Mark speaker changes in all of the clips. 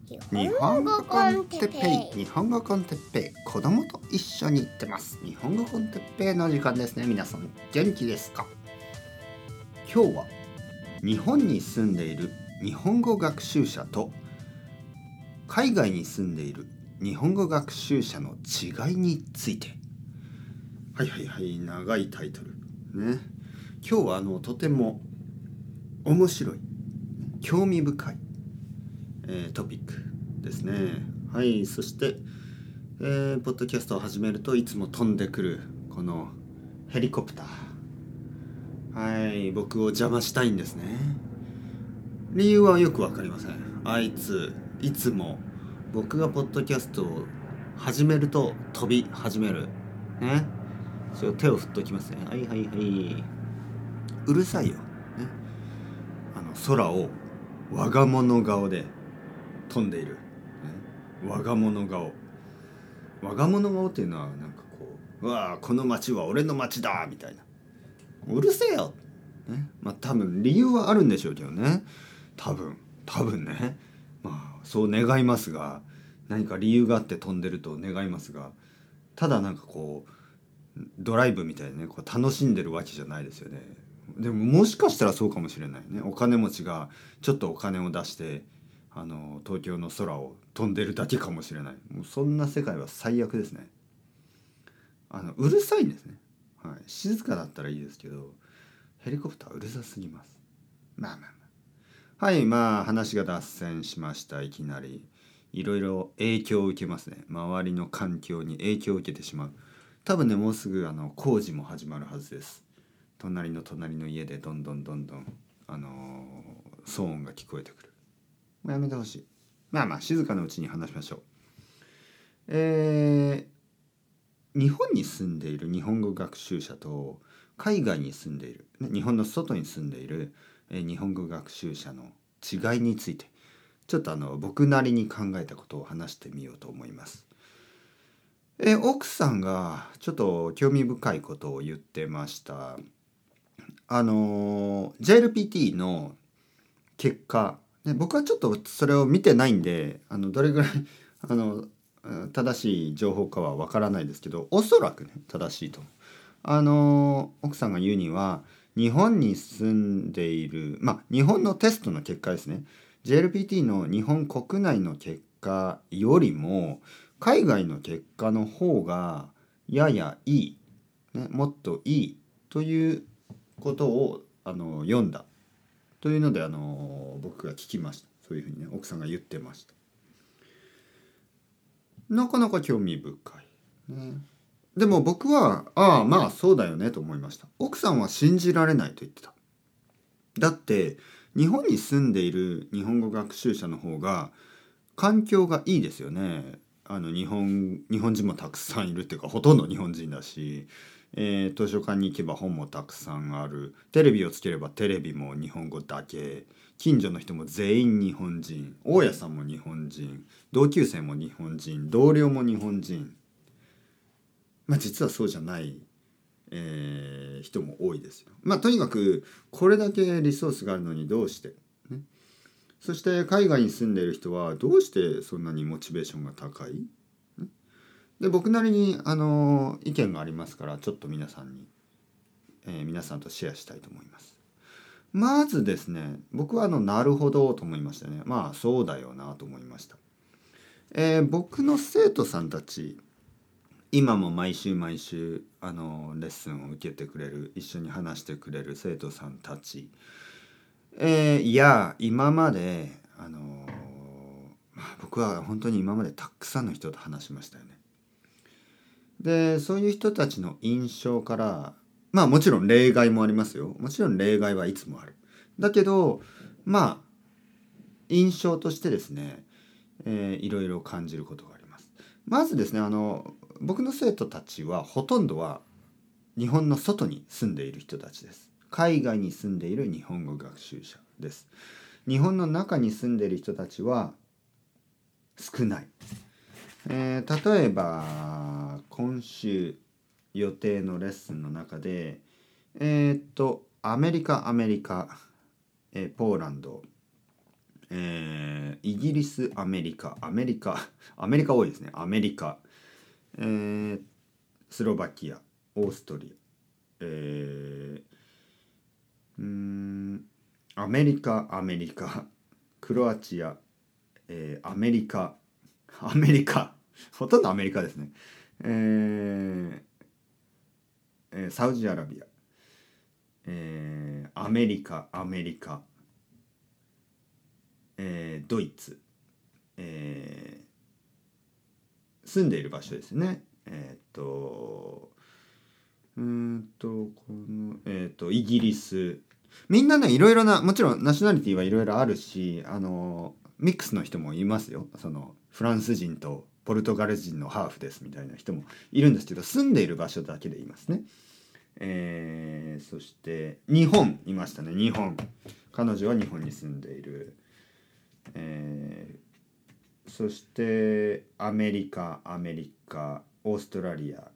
Speaker 1: 日本語コンテッペイ、日本語コンテッペイ、子供と一緒に行ってます。日本語コンテッペイの時間ですね。皆さん元気ですか？今日は日本に住んでいる日本語学習者と海外に住んでいる日本語学習者の違いについて。長いタイトルね。今日はとても面白い、興味深いトピックですね。はい、そして、ポッドキャストを始めるといつも飛んでくるこのヘリコプター。はい、僕を邪魔したいんですね。理由はよくわかりません。あいついつも僕がポッドキャストを始めると飛び始めるね。それを手を振っておきますね。はい、うるさいよ、ね、空を我が物顔で飛んでいる、ね、我が物顔っていうのはなんかこう、うわあこの街は俺の街だみたいな、うるせえよ、ね、多分理由はあるんでしょうけどね。多分ね、そう願いますが、何か理由があって飛んでると願いますが、ただなんかこうドライブみたいにね、こう楽しんでるわけじゃないですよね。でももしかしたらそうかもしれないね。お金持ちがちょっとお金を出して東京の空を飛んでるだけかもしれない。もうそんな世界は最悪ですね。うるさいんですね。はい、静かだったらいいですけど、ヘリコプターうるさすぎます。はい、話が脱線しました。いきなりいろいろ影響を受けますね。周りの環境に影響を受けてしまう。多分ね、もうすぐ工事も始まるはずです。隣の家でどんどん騒音が聞こえてくる。やめてほしい。静かなうちに話しましょう。日本に住んでいる日本語学習者と海外に住んでいる、日本の外に住んでいる、日本語学習者の違いについて、ちょっと僕なりに考えたことを話してみようと思います。奥さんがちょっと興味深いことを言ってました。JLPT の結果、ね、僕はちょっとそれを見てないんでどれぐらい正しい情報かはわからないですけど、おそらくね正しいと思う。奥さんが言うには、日本に住んでいる日本のテストの結果ですね。 JLPT の日本国内の結果よりも海外の結果の方がややいい、ね、もっといいということを読んだというので僕が聞きました。そういうふうにね、奥さんが言ってました。なかなか興味深い、ね。でも僕はそうだよねと思いました。奥さんは信じられないと言ってた。だって日本に住んでいる日本語学習者の方が環境がいいですよね。日本人もたくさんいるっていうか、ほとんど日本人だし、図書館に行けば本もたくさんある。テレビをつければテレビも日本語だけ。近所の人も全員日本人。大家さんも日本人。同級生も日本人。同僚も日本人。実はそうじゃない、人も多いですよ。とにかくこれだけリソースがあるのにどうして、ね、そして海外に住んでいる人はどうしてそんなにモチベーションが高い？で、僕なりに意見がありますから、ちょっと皆さんとシェアしたいと思います。まずですね、僕はなるほどと思いましたね。そうだよなと思いました。僕の生徒さんたち、今も毎週レッスンを受けてくれる、一緒に話してくれる生徒さんたち、今まで僕は本当に今までたくさんの人と話しましたよね。で、そういう人たちの印象から、もちろん例外もありますよ。もちろん例外はいつもある。だけど印象としてですね、いろいろ感じることがあります。まずですね、僕の生徒たちはほとんどは日本の外に住んでいる人たちです。海外に住んでいる日本語学習者です。日本の中に住んでいる人たちは少ない。例えば今週予定のレッスンの中でアメリカ、ポーランド、イイギリス、アメリカ多いですね。アメリカ、スロバキア、オーストリア、アメリカ、クロアチア、アメリカ、ほとんどアメリカですね。サウジアラビア、アメリカ、ドイツ、住んでいる場所ですね。イギリス。みんなね、いろいろな、もちろんナショナリティはいろいろあるし、ミックスの人もいますよ。フランス人とポルトガル人のハーフですみたいな人もいるんですけど、住んでいる場所だけで言いますね。そして日本いましたね。日本。彼女は日本に住んでいる。そしてアメリカ、オーストラリア、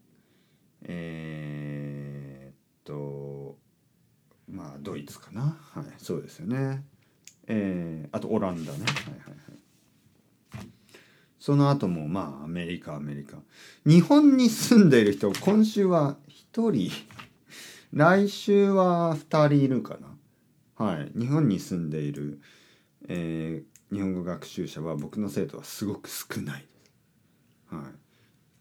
Speaker 1: まあドイツかな。はい、そうですよね。あとオランダね。その後もまあアメリカ。日本に住んでいる人、今週は1人、来週は2人いるかな。はい、日本に住んでいる、日本語学習者は僕の生徒はすごく少ないです。はい、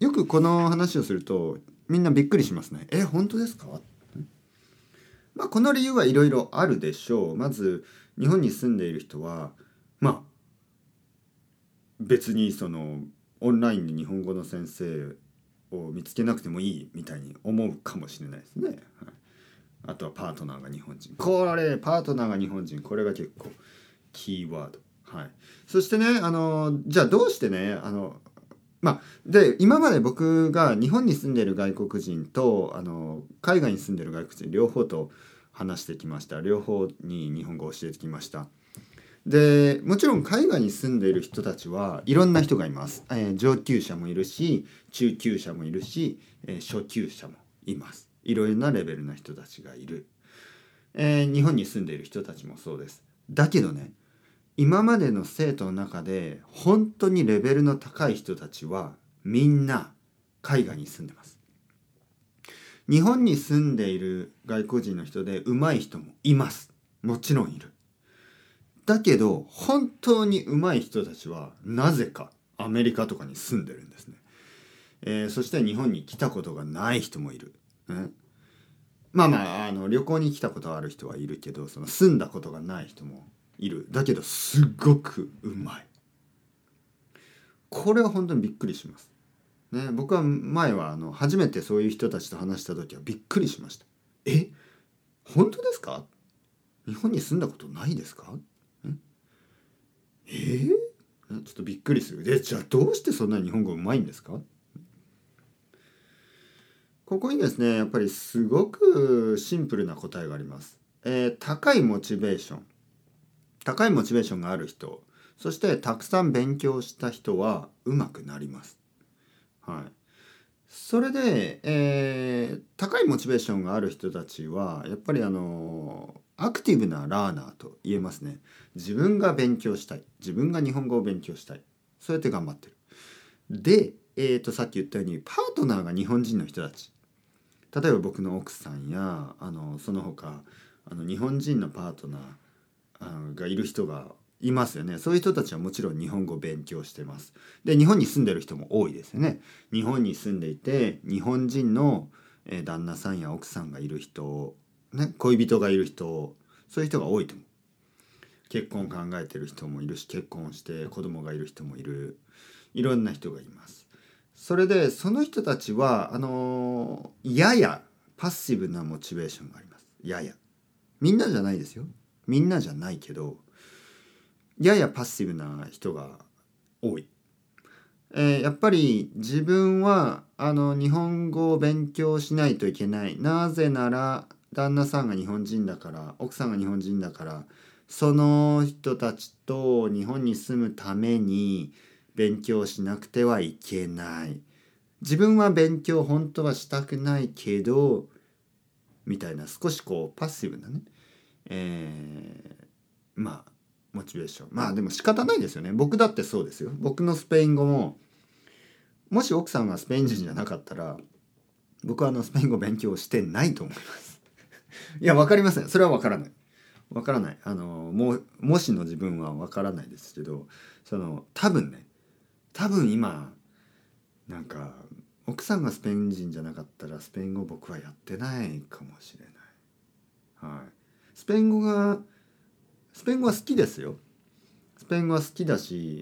Speaker 1: よくこの話をするとみんなびっくりしますね。本当ですか？まあこの理由はいろいろあるでしょう。まず日本に住んでいる人はまあ別にオンラインで日本語の先生を見つけなくてもいいみたいに思うかもしれないですね。はい、あとはパートナーが日本人。パートナーが日本人。これが結構キーワード。はい。そしてね、じゃあどうしてね、で、今まで僕が日本に住んでいる外国人と、海外に住んでいる外国人、両方と話してきました。両方に日本語を教えてきました。で、もちろん海外に住んでいる人たちはいろんな人がいます。上級者もいるし、中級者もいるし、初級者もいます。いろいろなレベルの人たちがいる。日本に住んでいる人たちもそうです。だけどね、今までの生徒の中で本当にレベルの高い人たちはみんな海外に住んでます。日本に住んでいる外国人の人で上手い人もいます。もちろんいる。だけど本当に上手い人たちはなぜかアメリカとかに住んでるんですね。そして日本に来たことがない人もいる。旅行に来たことある人はいるけど、住んだことがない人もいる。だけどすごくうまい。これは本当にびっくりします。ね、僕は前は初めてそういう人たちと話した時はびっくりしました。本当ですか？日本に住んだことないですか？ちょっとびっくりする。じゃあどうしてそんなに日本語うまいんですか？ここにですね、やっぱりすごくシンプルな答えがあります。高いモチベーションがある人、そしてたくさん勉強した人は上手くなります。はい。それで、高いモチベーションがある人たちはやっぱりアクティブなラーナーと言えますね。自分が勉強したい、自分が日本語を勉強したい、そうやって頑張ってる。で、さっき言ったようにパートナーが日本人の人たち、例えば僕の奥さんやその他日本人のパートナーがいる人がいますよね。そういう人たちはもちろん日本語を勉強してます。で、日本に住んでる人も多いですよね。日本に住んでいて日本人の旦那さんや奥さんがいる人、ね、恋人がいる人、そういう人が多いと思う。結婚考えてる人もいるし、結婚して子供がいる人もいる。いろんな人がいます。それでその人たちはややパッシブなモチベーションがあります。やや。みんなじゃないですよ。みんなじゃないけど、ややパッシブな人が多い。やっぱり自分は日本語を勉強しないといけない。なぜなら旦那さんが日本人だから、奥さんが日本人だから、その人たちと日本に住むために勉強しなくてはいけない。自分は勉強本当はしたくないけどみたいな、少しパッシブなね、まあモチベーション。まあでも仕方ないですよね。僕だってそうですよ。僕のスペイン語も、もし奥さんがスペイン人じゃなかったら、僕はスペイン語勉強してないと思います。いや、わかりません。それはわからない。わからない。もしの自分はわからないですけど、多分今、なんか、奥さんがスペイン人じゃなかったら、スペイン語僕はやってないかもしれない。はい。スペイン語は好きですよ。スペイン語は好きだし、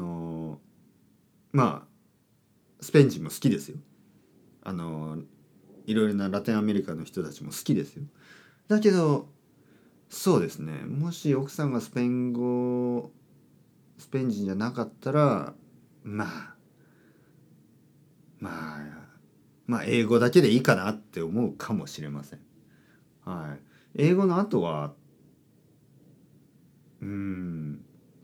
Speaker 1: まあ、スペイン人も好きですよ。いろいろなラテンアメリカの人たちも好きですよ。だけど、そうですね。もし奥さんがスペイン人じゃなかったら、まあ、まあ、英語だけでいいかなって思うかもしれません。はい。英語の後は、うーん、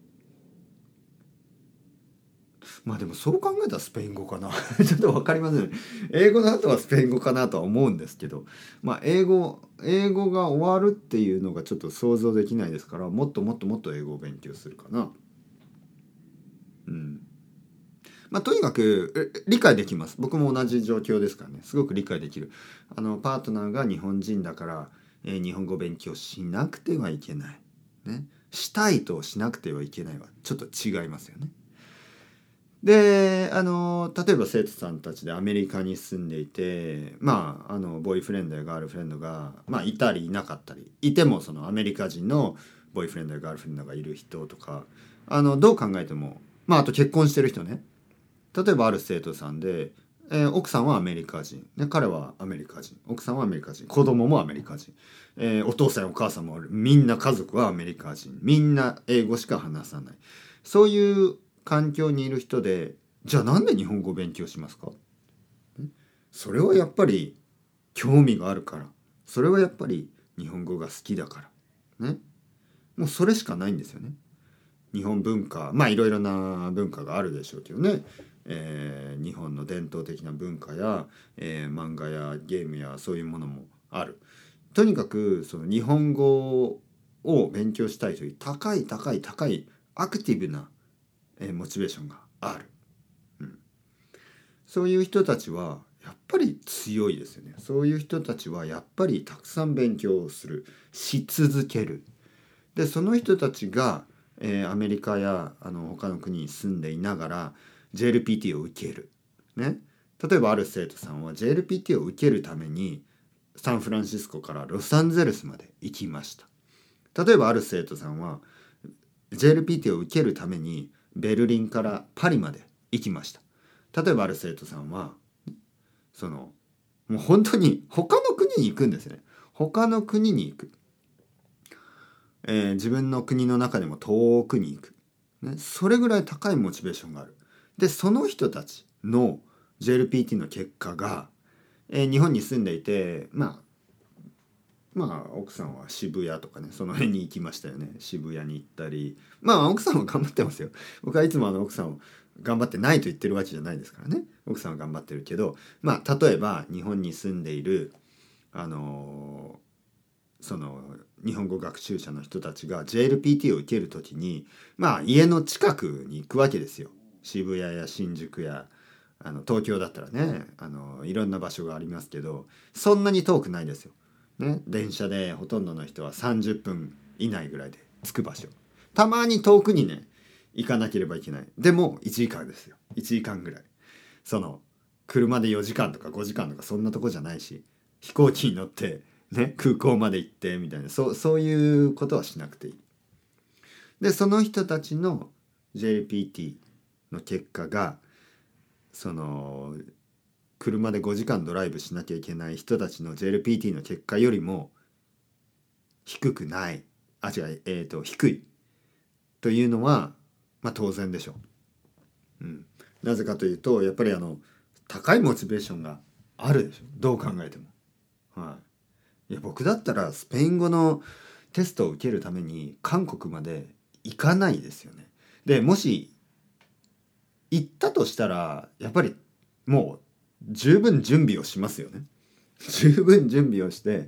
Speaker 1: まあでもそう考えたらスペイン語かな。ちょっとわかりませんね。英語の後はスペイン語かなとは思うんですけど、英語が終わるっていうのがちょっと想像できないですから、もっともっともっと英語を勉強するかな。うん。とにかく理解できます。僕も同じ状況ですからね。すごく理解できる。パートナーが日本人だから、日本語勉強しなくてはいけない。ね。したいとしなくてはいけないはちょっと違いますよね。で、例えば生徒さんたちでアメリカに住んでいて、ボーイフレンドやガールフレンドが、いたりいなかったり、いてもそのアメリカ人のボーイフレンドやガールフレンドがいる人とか、どう考えても、あと結婚してる人ね。例えばある生徒さんで、奥さんはアメリカ人、ね、彼はアメリカ人、奥さんはアメリカ人、子供もアメリカ人、お父さんお母さんもみんな家族はアメリカ人、みんな英語しか話さない。そういう環境にいる人で、じゃあなんで日本語を勉強しますか？それはやっぱり興味があるから、それはやっぱり日本語が好きだからね。もうそれしかないんですよね。日本文化、いろいろな文化があるでしょうけどね、日本の伝統的な文化や、漫画やゲームやそういうものもある。とにかくその日本語を勉強したいという高いアクティブな、モチベーションがある、うん、そういう人たちはやっぱり強いですよね。そういう人たちはやっぱりたくさん勉強する、し続ける。でその人たちがアメリカや他の国に住んでいながら JLPT を受ける、ね、例えばある生徒さんは JLPT を受けるためにサンフランシスコからロサンゼルスまで行きました。例えばある生徒さんは JLPT を受けるためにベルリンからパリまで行きました。例えばある生徒さんはもう本当に他の国に行くんですね。他の国に行く。自分の国の中でも遠くに行く、ね、それぐらい高いモチベーションがある。でその人たちの JLPT の結果が、日本に住んでいて奥さんは渋谷とかねその辺に行きましたよね。渋谷に行ったり奥さんは頑張ってますよ。僕はいつも奥さんを頑張ってないと言ってるわけじゃないですからね。奥さんは頑張ってるけど例えば日本に住んでいるその日本語学習者の人たちが JLPT を受けるときに家の近くに行くわけですよ。渋谷や新宿や東京だったらねいろんな場所がありますけどそんなに遠くないですよ、ね、電車でほとんどの人は30分以内ぐらいで着く場所。たまに遠くにね行かなければいけない。でも1時間ですよ。1時間ぐらい。車で4時間とか5時間とかそんなとこじゃないし飛行機に乗ってね、空港まで行ってみたいなそういうことはしなくていい。でその人たちの JLPT の結果が車で5時間ドライブしなきゃいけない人たちの JLPT の結果よりも低くない低いというのは当然でしょう、なぜかというとやっぱり高いモチベーションがあるでしょ。どう考えても。いや僕だったらスペイン語のテストを受けるために韓国まで行かないですよね。でもし行ったとしたらやっぱりもう十分準備をしますよね。十分準備をして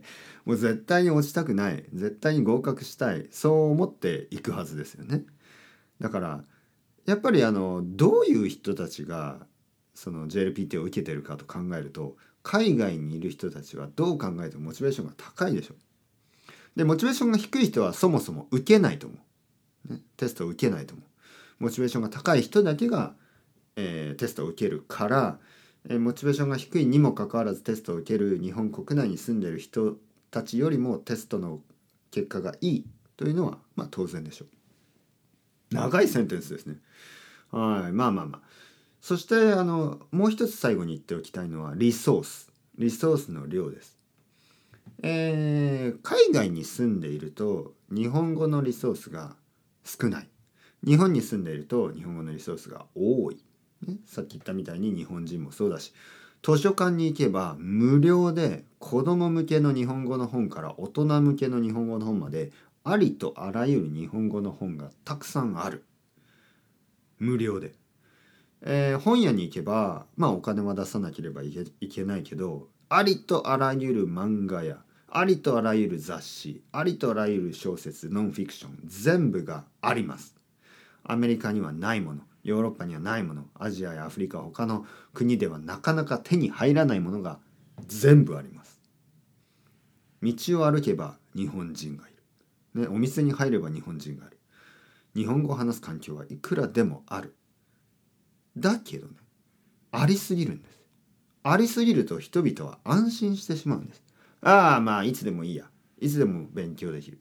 Speaker 1: もう絶対に落ちたくない、絶対に合格したい、そう思っていくはずですよね。だからやっぱりどういう人たちがその JLPT を受けてるかと考えると、海外にいる人たちはどう考えてもモチベーションが高いでしょ。でモチベーションが低い人はそもそも受けないと思う、ね、テストを受けないと思う。モチベーションが高い人だけが、テストを受けるから、モチベーションが低いにもかかわらずテストを受ける日本国内に住んでいる人たちよりもテストの結果がいいというのは当然でしょう。長いセンテンスですね。はい、まあ。そしてもう一つ最後に言っておきたいのはリソースの量です。海外に住んでいると日本語のリソースが少ない。日本に住んでいると日本語のリソースが多い、ね、さっき言ったみたいに日本人もそうだし、図書館に行けば無料で子供向けの日本語の本から大人向けの日本語の本までありとあらゆる日本語の本がたくさんある。無料で。本屋に行けばお金は出さなければいけないけど、ありとあらゆる漫画やありとあらゆる雑誌、ありとあらゆる小説、ノンフィクション全部があります。アメリカにはないもの、ヨーロッパにはないもの、アジアやアフリカ他の国ではなかなか手に入らないものが全部あります。道を歩けば日本人がいる、ね、お店に入れば日本人がいる。日本語を話す環境はいくらでもある。だけどね、ありすぎるんです。ありすぎると人々は安心してしまうんです。ああいつでもいいや、いつでも勉強できる。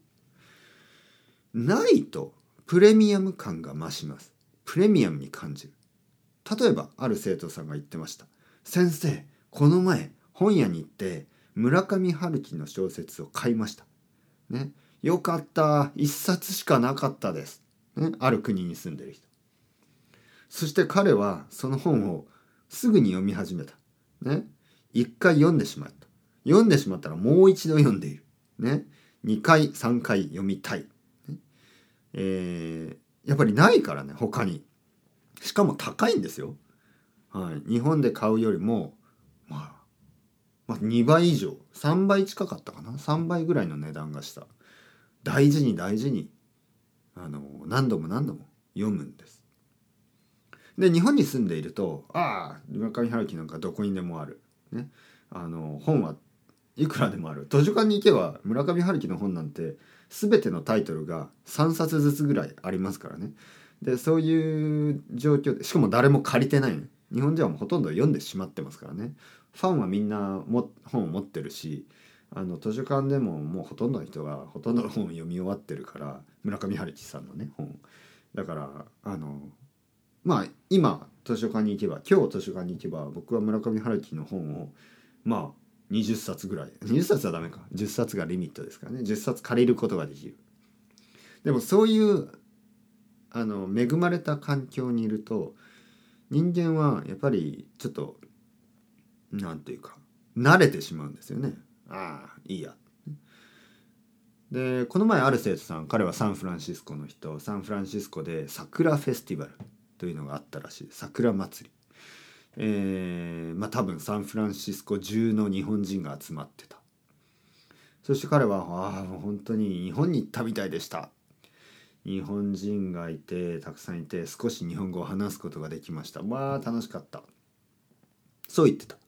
Speaker 1: ないとプレミアム感が増します。プレミアムに感じる。例えばある生徒さんが言ってました。先生、この前本屋に行って村上春樹の小説を買いました、ね、よかった、一冊しかなかったです、ね、ある国に住んでる人。そして彼はその本をすぐに読み始めた。ね。一回読んでしまった。読んでしまったらもう一度読んでいる。ね。2回、3回読みたい。やっぱりないからね、他に。しかも高いんですよ。はい。日本で買うよりも、2倍以上、3倍近かったかな。3倍ぐらいの値段がした。大事に大事に、何度も何度も読むんです。で日本に住んでいると村上春樹なんかどこにでもある、ね、本はいくらでもある。図書館に行けば村上春樹の本なんて全てのタイトルが3冊ずつぐらいありますからね。でそういう状況で、しかも誰も借りてないね。日本人はもうほとんど読んでしまってますからね。ファンはみんな本を持ってるし、図書館でももうほとんどの人がほとんどの本を読み終わってるから、村上春樹さんのね本だから今図書館に行けば僕は村上春樹の本を20冊ぐらい、20冊はダメか、10冊がリミットですからね、10冊借りることができる。でもそういう恵まれた環境にいると人間はやっぱりちょっとなんていうか慣れてしまうんですよね。いいや。でこの前ある生徒さん、彼はサンフランシスコの人、サンフランシスコで桜フェスティバルというのがあったらしい。桜祭り。多分サンフランシスコ中の日本人が集まってた。そして彼は本当に日本に行ったみたいでした。日本人がいてたくさんいて少し日本語を話すことができました。楽しかった。そう言ってた。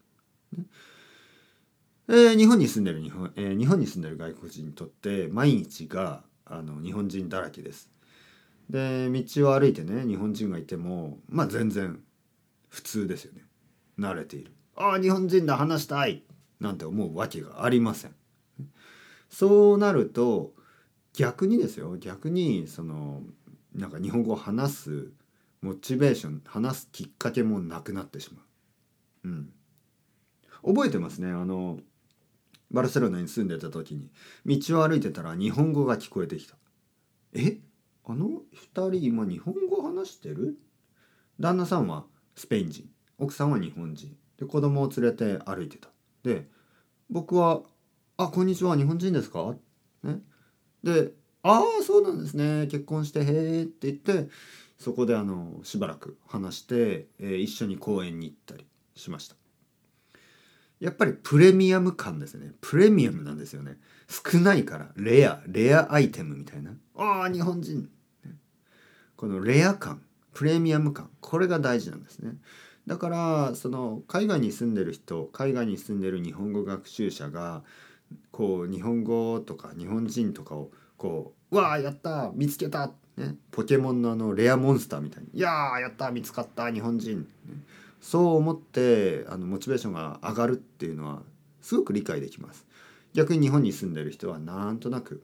Speaker 1: 日本に住んでる外国人にとって毎日が日本人だらけです。で道を歩いてね、日本人がいても全然普通ですよね。慣れている。日本人だ、話したいなんて思うわけがありません。そうなると逆にですよ、逆になんか日本語を話すモチベーション、話すきっかけもなくなってしまう。覚えてますね。バルセロナに住んでた時に道を歩いてたら日本語が聞こえてきた。あの二人今日本語話してる？旦那さんはスペイン人、奥さんは日本人で子供を連れて歩いてた。で僕はこんにちは、日本人ですか？ね。でそうなんですね、結婚してへーって言って、そこでしばらく話して、一緒に公園に行ったりしました。 やっぱりプレミアム感ですね。プレミアムなんですよね。少ないからレアアイテムみたいな。日本人。このレア感、プレミアム感、これが大事なんですね。だからその海外に住んでる人、海外に住んでる日本語学習者がこう日本語とか日本人とかをこうやった見つけた、ね、ポケモンのレアモンスターみたいにやった見つかった日本人、ね、そう思ってモチベーションが上がるっていうのはすごく理解できます。逆に日本に住んでる人はなんとなく、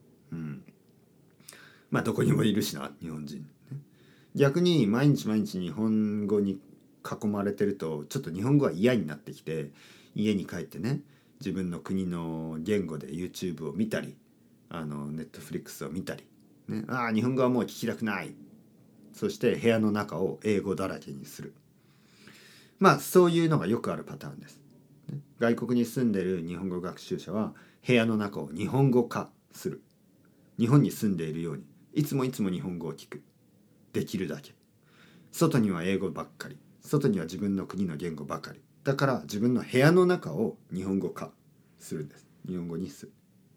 Speaker 1: どこにもいるしな日本人、ね、逆に毎日日本語に囲まれてるとちょっと日本語は嫌になってきて、家に帰ってね自分の国の言語で YouTube を見たりNetflix を見たり、ね、日本語はもう聞きたくない。そして部屋の中を英語だらけにする。そういうのがよくあるパターンです。外国に住んでる日本語学習者は部屋の中を日本語化する。日本に住んでいるようにいつも日本語を聞く。できるだけ。外には英語ばっかり。外には自分の国の言語ばかり。だから自分の部屋の中を日本語化するんです。日本語にする。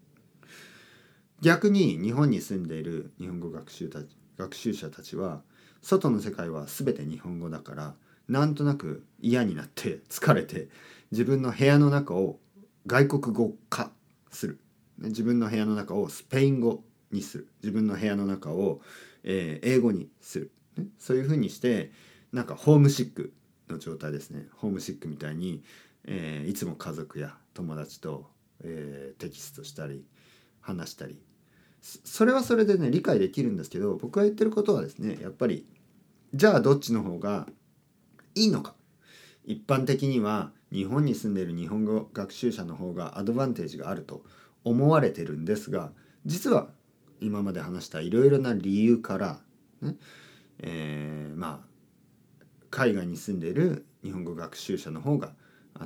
Speaker 1: 逆に日本に住んでいる日本語学習者たちは外の世界は全て日本語だからなんとなく嫌になって疲れて自分の部屋の中を外国語化する。自分の部屋の中をスペイン語にする。自分の部屋の中を、英語にする。そういうふうにしてなんかホームシックの状態ですね。ホームシックみたいに、いつも家族や友達と、テキストしたり話したり、それはそれでね理解できるんですけど、僕が言ってることはですね、やっぱりじゃあどっちの方がいいのか。一般的には日本に住んでいる日本語学習者の方がアドバンテージがあると思われてるんですが、実は今まで話したいろいろな理由から、ね海外に住んでいる日本語学習者の方が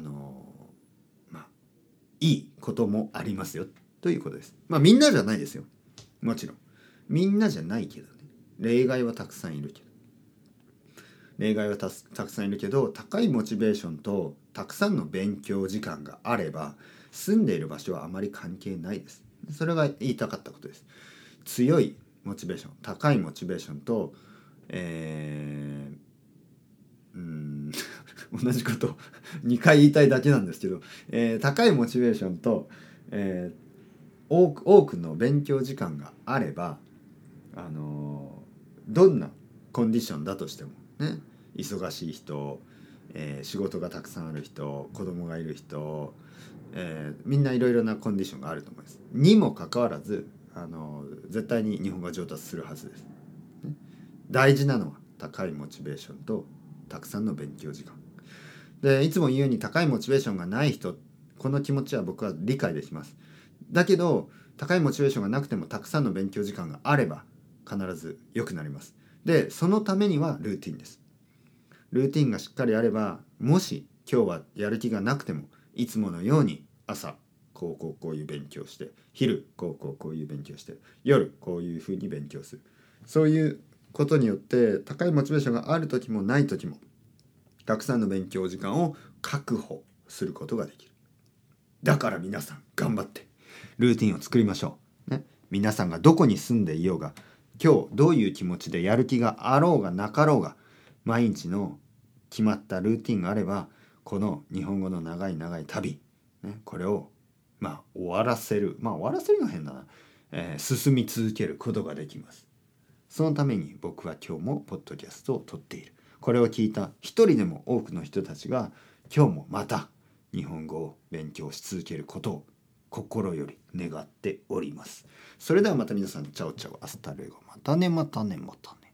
Speaker 1: いいこともありますよということです。みんなじゃないですよ。もちろんみんなじゃないけどね、例外はたくさんいるけどたくさんいるけど、高いモチベーションとたくさんの勉強時間があれば住んでいる場所はあまり関係ないです。それが言いたかったことです。強いモチベーション、高いモチベーションと、同じこと2回言いたいだけなんですけど、高いモチベーションと、多くの勉強時間があればどんなコンディションだとしてもね、忙しい人、仕事がたくさんある人、子供がいる人、みんないろいろなコンディションがあると思います。にもかかわらず絶対に日本語が上達するはずです、ね。大事なのは高いモチベーションとたくさんの勉強時間で、いつも言うように高いモチベーションがない人、この気持ちは僕は理解できます。だけど高いモチベーションがなくてもたくさんの勉強時間があれば必ず良くなります。でそのためにはルーティンです。ルーティンがしっかりあれば、もし今日はやる気がなくてもいつものように朝こういう勉強して、昼こういう勉強して、夜こういうふうに勉強する。そういうことによって高いモチベーションがある時もない時もたくさんの勉強時間を確保することができる。だから皆さん頑張ってルーティンを作りましょう、ね。皆さんがどこに住んでいようが、今日どういう気持ちでやる気があろうがなかろうが、毎日の決まったルーティンがあれば、この日本語の長い旅、ね、これを終わらせる、終わらせるのは変だな、進み続けることができます。そのために僕は今日もポッドキャストを撮っている。これを聞いた一人でも多くの人たちが今日もまた日本語を勉強し続けることを心より願っております。それではまた皆さん、チャオチャオ、アスタルエゴ、またね。